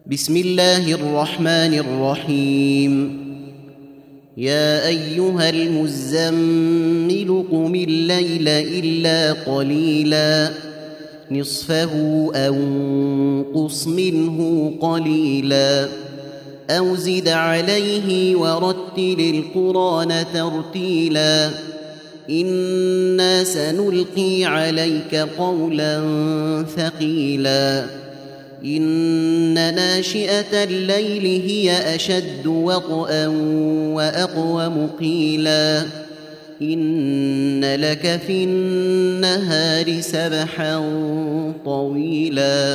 بسم الله الرحمن الرحيم. يا أيها المزمل قم الليل إلا قليلا نصفه أو انقص منه قليلا أو زد عليه ورتل القرآن ترتيلا إنا سنلقي عليك قولا ثقيلا إن ناشئة الليل هي أشد وطئا وأقوم قيلا إن لك في النهار سبحا طويلا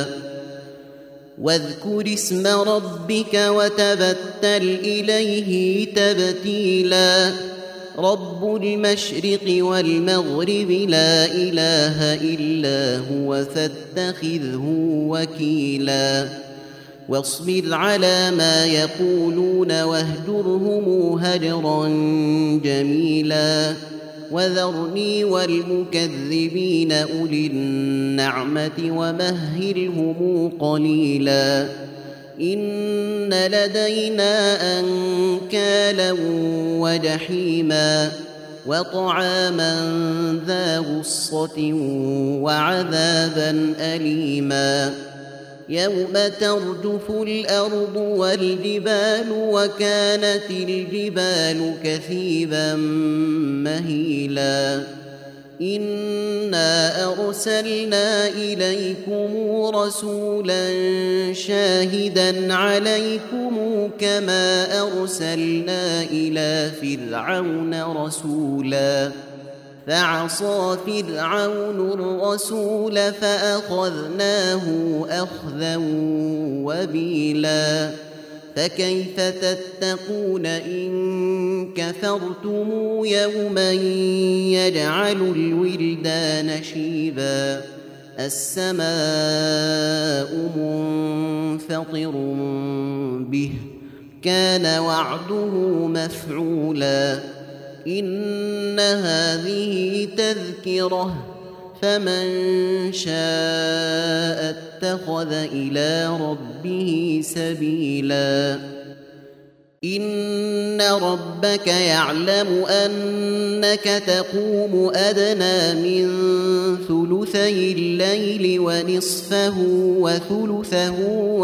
واذكر اسم ربك وتبتل إليه تبتيلا رب المشرق والمغرب لا إله إلا هو فاتخذه وكيلا واصبر على ما يقولون واهجرهم هجرا جميلا وذرني والمكذبين أولي النعمة ومهلهم قليلا إن لدينا أنكالا وجحيما وطعاما ذا غصة وعذابا أليما يوم ترجف الأرض والجبال وكانت الجبال كثيبا مهيلا إنا أرسلنا إليكم رسولا شاهدا عليكم كما أرسلنا إلى فرعون رسولا فعصى فرعون الرسول فأخذناه أخذا وبيلا فكيف تتقون إن كفرتم يوما يجعل الولدان شيبا السماء منفطر به كان وعده مفعولا إن هذه تذكرة فمن شاء اتخذ إلى ربه سبيلا إن ربك يعلم أنك تقوم أدنى من ثلثي الليل ونصفه وثلثه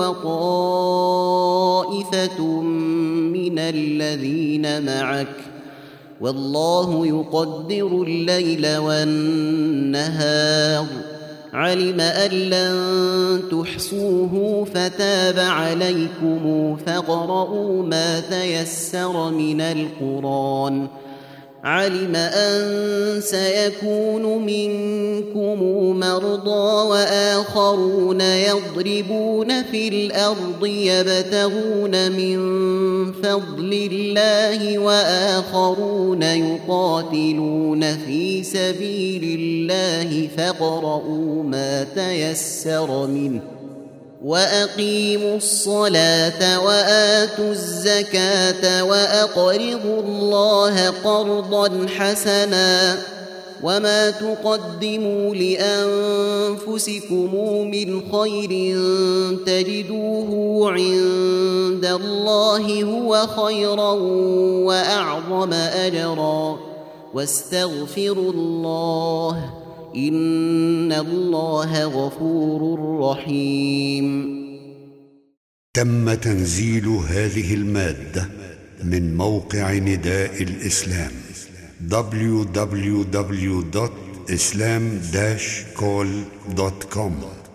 وطائفة من الذين معك والله يقدر الليل والنهار علم أن لن تحصوه فتاب عليكم فاقرؤوا ما تيسر من القرآن علم أن سيكون منكم مرضى وآخرون يضربون في الأرض يبتغون من فضل الله وآخرون يقاتلون في سبيل الله فاقرؤوا ما تيسر منه وأقيموا الصلاة وآتوا الزكاة وأقرضوا الله قرضا حسنا وما تقدموا لأنفسكم من خير تجدوه عند الله هو خيرا وأعظم أجرا واستغفروا الله إن الله غفور رحيم. تم تنزيل هذه المادة من موقع نداء الإسلام www.islam-call.com